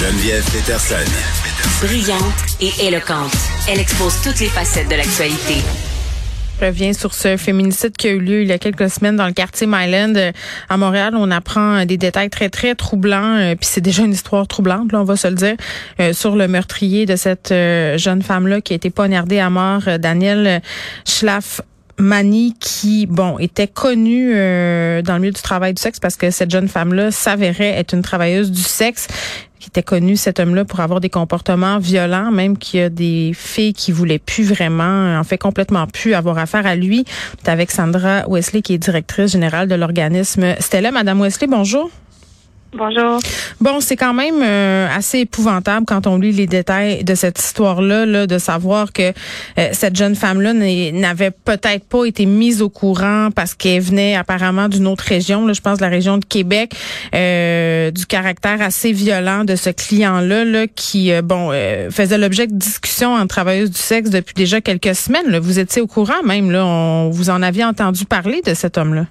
Geneviève Peterson. Brillante et éloquente, elle expose toutes les facettes de l'actualité. Je reviens sur ce féminicide qui a eu lieu il y a quelques semaines dans le quartier Myland à Montréal. On apprend des détails très, très troublants. Puis c'est déjà une histoire troublante, là, on va se le dire, sur le meurtrier de cette jeune femme-là qui a été poignardée à mort, Danielle Schlafmani, qui, était connue dans le milieu du travail du sexe parce que cette jeune femme-là s'avérait être une travailleuse du sexe, qui était connu, cet homme-là, pour avoir des comportements violents, même qu'il y a des filles qui voulaient plus vraiment, en fait complètement plus avoir affaire à lui. C'est avec Sandra Wesley, qui est directrice générale de l'organisme Stella. Madame Wesley, bonjour. Bonjour. Bon, c'est quand même assez épouvantable quand on lit les détails de cette histoire-là, de savoir que cette jeune femme-là n'avait peut-être pas été mise au courant parce qu'elle venait apparemment d'une autre région, là, je pense de la région de Québec, du caractère assez violent de ce client-là, qui faisait l'objet de discussions entre travailleuses du sexe depuis déjà quelques semaines. Là. Vous étiez au courant même, là, vous en aviez entendu parler de cet homme-là.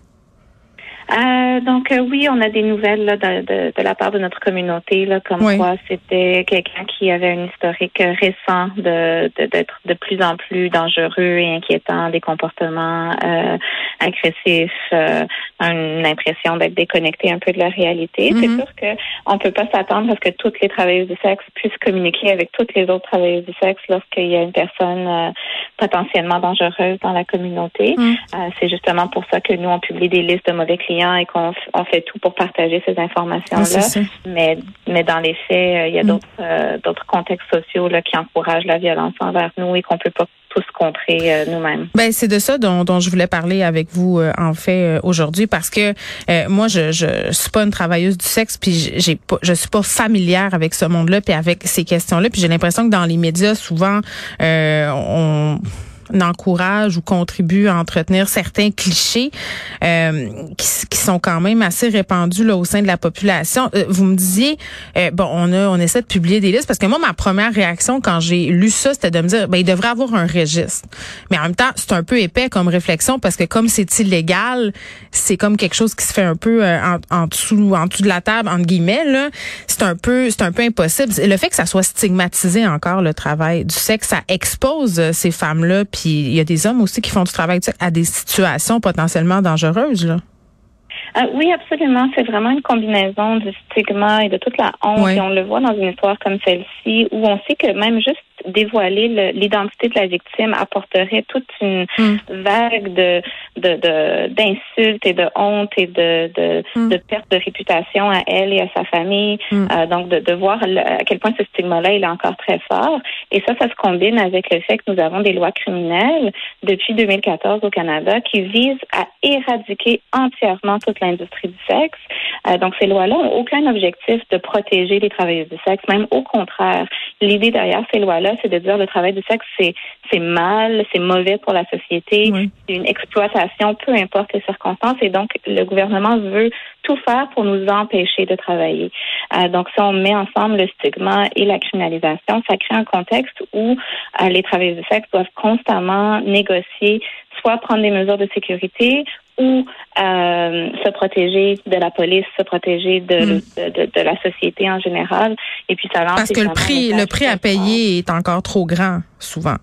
Oui, on a des nouvelles là, de la part de notre communauté, là, comme quoi c'était quelqu'un qui avait un historique récent d'être de plus en plus dangereux et inquiétant, des comportements agressifs, une impression d'être déconnecté un peu de la réalité. C'est sûr que on peut pas s'attendre à ce que toutes les travailleuses du sexe puissent communiquer avec toutes les autres travailleuses du sexe lorsqu'il y a une personne potentiellement dangereuse dans la communauté. C'est justement pour ça que nous, on publie des listes de mauvais clients et qu'on fait tout pour partager ces informations-là. Mais dans les faits, il y a d'autres contextes sociaux là, qui encouragent la violence envers nous et qu'on peut pas tous contrer nous-mêmes. C'est de ça dont je voulais parler avec vous en fait aujourd'hui, parce que moi je suis pas une travailleuse du sexe, puis je suis pas familière avec ce monde-là puis avec ces questions-là, puis j'ai l'impression que dans les médias souvent on encourage ou contribue à entretenir certains clichés qui sont quand même assez répandus là au sein de la population. Vous me disiez on essaie de publier des listes, parce que moi ma première réaction quand j'ai lu ça, c'était de me dire il devrait avoir un registre. Mais en même temps, c'est un peu épais comme réflexion, parce que comme c'est illégal, c'est comme quelque chose qui se fait un peu en dessous de la table entre guillemets là. C'est un peu impossible. Le fait que ça soit stigmatisé encore, le travail du sexe, ça expose ces femmes-là. Puis il y a des hommes aussi qui font du travail du sexe à des situations potentiellement dangereuses, là. Oui, absolument. C'est vraiment une combinaison du stigma et de toute la honte. Et on le voit dans une histoire comme celle-ci, où on sait que même juste dévoiler l'identité de la victime apporterait toute une vague d'insultes et de honte et de perte de réputation à elle et à sa famille. Donc, de voir à quel point ce stigma-là, il est encore très fort. Et ça se combine avec le fait que nous avons des lois criminelles depuis 2014 au Canada qui visent à éradiquer entièrement toute l'industrie du sexe. Donc, ces lois-là n'ont aucun objectif de protéger les travailleuses du sexe, même au contraire. L'idée derrière ces lois-là, c'est de dire le travail du sexe, c'est mal, c'est mauvais pour la société, c'est une exploitation, peu importe les circonstances. Et donc, le gouvernement veut tout faire pour nous empêcher de travailler. Donc, si on met ensemble le stigma et la criminalisation, ça crée un contexte où les travailleuses du sexe doivent constamment négocier, soit prendre des mesures de sécurité ou se protéger de la police, se protéger de la société en général. Et puis ça lance. Parce que le prix à payer est encore trop grand, souvent.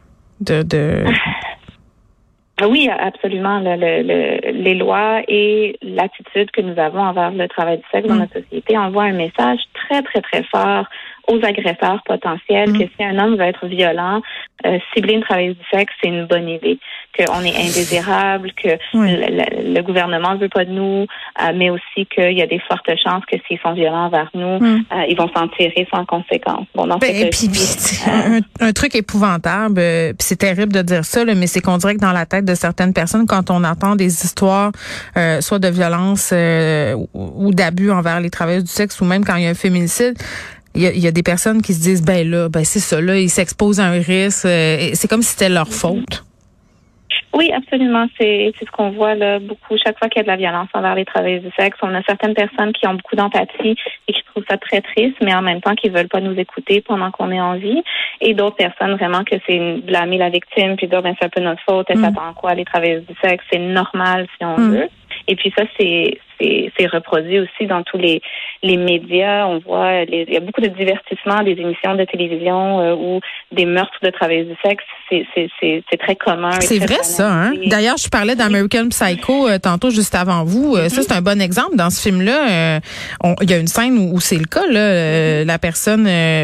Oui, absolument. Les lois et l'attitude que nous avons envers le travail du sexe dans notre société envoient un message très, très, très fort aux agresseurs potentiels que si un homme veut être violent, cibler une travailleuse du sexe, c'est une bonne idée. Qu'on est indésirable, que le gouvernement ne veut pas de nous, mais aussi qu'il y a des fortes chances que s'ils sont violents envers nous, ils vont s'en tirer sans conséquence. Bon, un truc épouvantable, puis c'est terrible de dire ça, là, mais c'est qu'on dirait que dans la tête de certaines personnes, quand on entend des histoires soit de violence ou d'abus envers les travailleuses du sexe, ou même quand il y a un féminicide, il y a des personnes qui se disent c'est ça, là, ils s'exposent à un risque, c'est comme si c'était leur faute. Oui, absolument. C'est ce qu'on voit là beaucoup. Chaque fois qu'il y a de la violence envers les travailleuses du sexe, on a certaines personnes qui ont beaucoup d'empathie et qui trouvent ça très triste, mais en même temps qui veulent pas nous écouter pendant qu'on est en vie. Et d'autres personnes vraiment que c'est blâmer la victime puis dire c'est un peu notre faute, elle s'attend à quoi les travailleuses du sexe, c'est normal si on veut. Et puis ça, c'est reproduit aussi dans tous les médias. On voit, il y a beaucoup de divertissements, des émissions de télévision où des meurtres de travailleuses du sexe, c'est très commun. C'est vrai ça, hein? D'ailleurs, je parlais d'American Psycho tantôt juste avant vous. Ça, c'est un bon exemple. Dans ce film-là, il y a une scène où c'est le cas. Là, la personne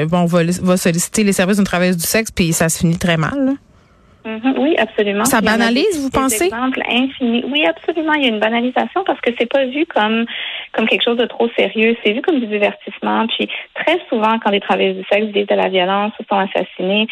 va solliciter les services d'une travailleuse du sexe, puis ça se finit très mal. Là. Oui, absolument. Ça banalise, vous pensez? Exemples infinis. Oui, absolument. Il y a une banalisation parce que c'est pas vu comme quelque chose de trop sérieux. C'est vu comme du divertissement. Puis très souvent, quand les travailleuses du sexe vivent de la violence ou sont assassinées,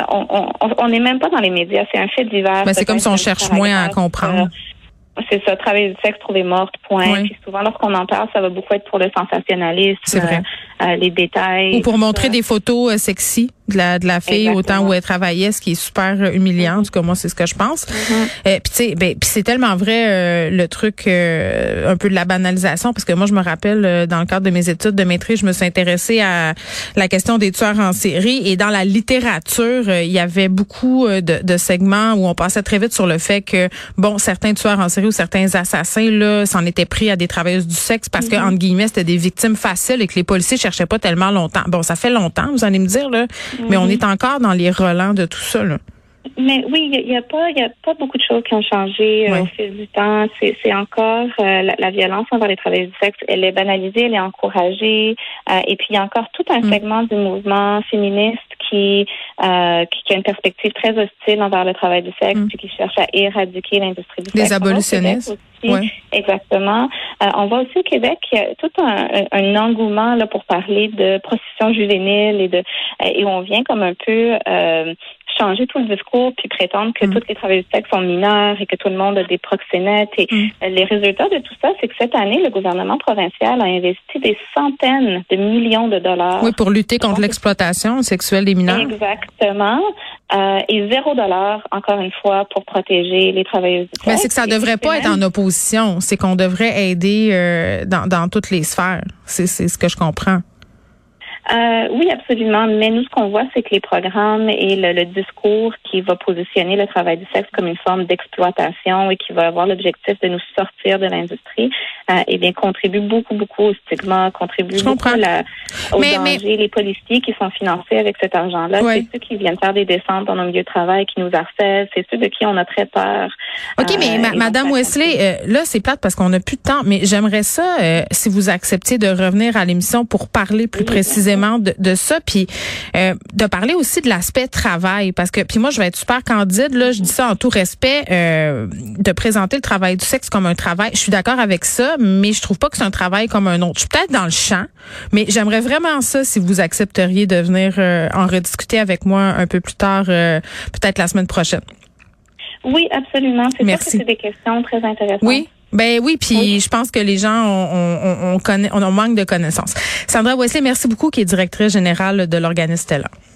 on n'est même pas dans les médias. C'est un fait divers. Mais c'est comme si on cherche moins à comprendre. C'est ça, travailleuse du sexe trouvée morte, point. Oui. Puis souvent, lorsqu'on en parle, ça va beaucoup être pour le sensationnalisme. C'est vrai. Les détails. Ou pour montrer des photos sexy de la fille. Exactement. Autant où elle travaillait, ce qui est super humiliant. En tout cas, moi, c'est ce que je pense. Puis tu sais, puis c'est tellement vrai le truc un peu de la banalisation, parce que moi, je me rappelle dans le cadre de mes études de maîtrise, je me suis intéressée à la question des tueurs en série, et dans la littérature, il y avait beaucoup de segments où on passait très vite sur le fait que certains tueurs en série ou certains assassins là s'en étaient pris à des travailleuses du sexe parce que entre guillemets c'était des victimes faciles et que les policiers cherchaient pas tellement longtemps. Bon, ça fait longtemps, vous allez me dire là, mais on est encore dans les relents de tout ça là. Mais oui, il y a pas beaucoup de choses qui ont changé au fil du temps. C'est encore la violence envers les travailleuses du sexe. Elle est banalisée, elle est encouragée. Et puis il y a encore tout un segment du mouvement féministe qui a une perspective très hostile envers le travail du sexe, puis qui cherche à éradiquer l'industrie du sexe. Les abolitionnistes. Oui, exactement. On voit aussi au Québec qu'il y a tout un engouement là pour parler de prostitution juvénile et on vient comme un peu changer tout le discours puis prétendre que toutes les travailleuses du sexe sont mineures et que tout le monde a des proxénètes. Et les résultats de tout ça, c'est que cette année, le gouvernement provincial a investi des centaines de millions de dollars. Oui, pour lutter contre l'exploitation sexuelle des mineurs. Exactement. Et $0, encore une fois, pour protéger les travailleuses du sexe. Mais c'est que ça devrait pas être en opposition. C'est qu'on devrait aider dans toutes les sphères. C'est ce que je comprends. Oui, absolument. Mais nous, ce qu'on voit, c'est que les programmes et le discours qui va positionner le travail du sexe comme une forme d'exploitation et qui va avoir l'objectif de nous sortir de l'industrie, contribue beaucoup au stigma, contribue beaucoup au danger. Les policiers qui sont financés avec cet argent-là, c'est ceux qui viennent faire des descentes dans nos milieux de travail, qui nous harcèlent, c'est ceux de qui on a très peur. OK, mais Madame Wesley, là, c'est plate parce qu'on n'a plus de temps, mais j'aimerais ça, si vous acceptiez de revenir à l'émission pour parler plus précisément de ça, puis de parler aussi de l'aspect travail, parce que, puis moi, je vais être super candide, là, je dis ça en tout respect, de présenter le travail du sexe comme un travail. Je suis d'accord avec ça, mais je trouve pas que c'est un travail comme un autre. Je suis peut-être dans le champ, mais j'aimerais vraiment ça si vous accepteriez de venir en rediscuter avec moi un peu plus tard, peut-être la semaine prochaine. Oui, absolument. C'est sûr que c'est des questions très intéressantes. Oui. Ben oui, puis je pense que les gens on manque de connaissances. Sandra Wesley, merci beaucoup, qui est directrice générale de l'organisme Stella.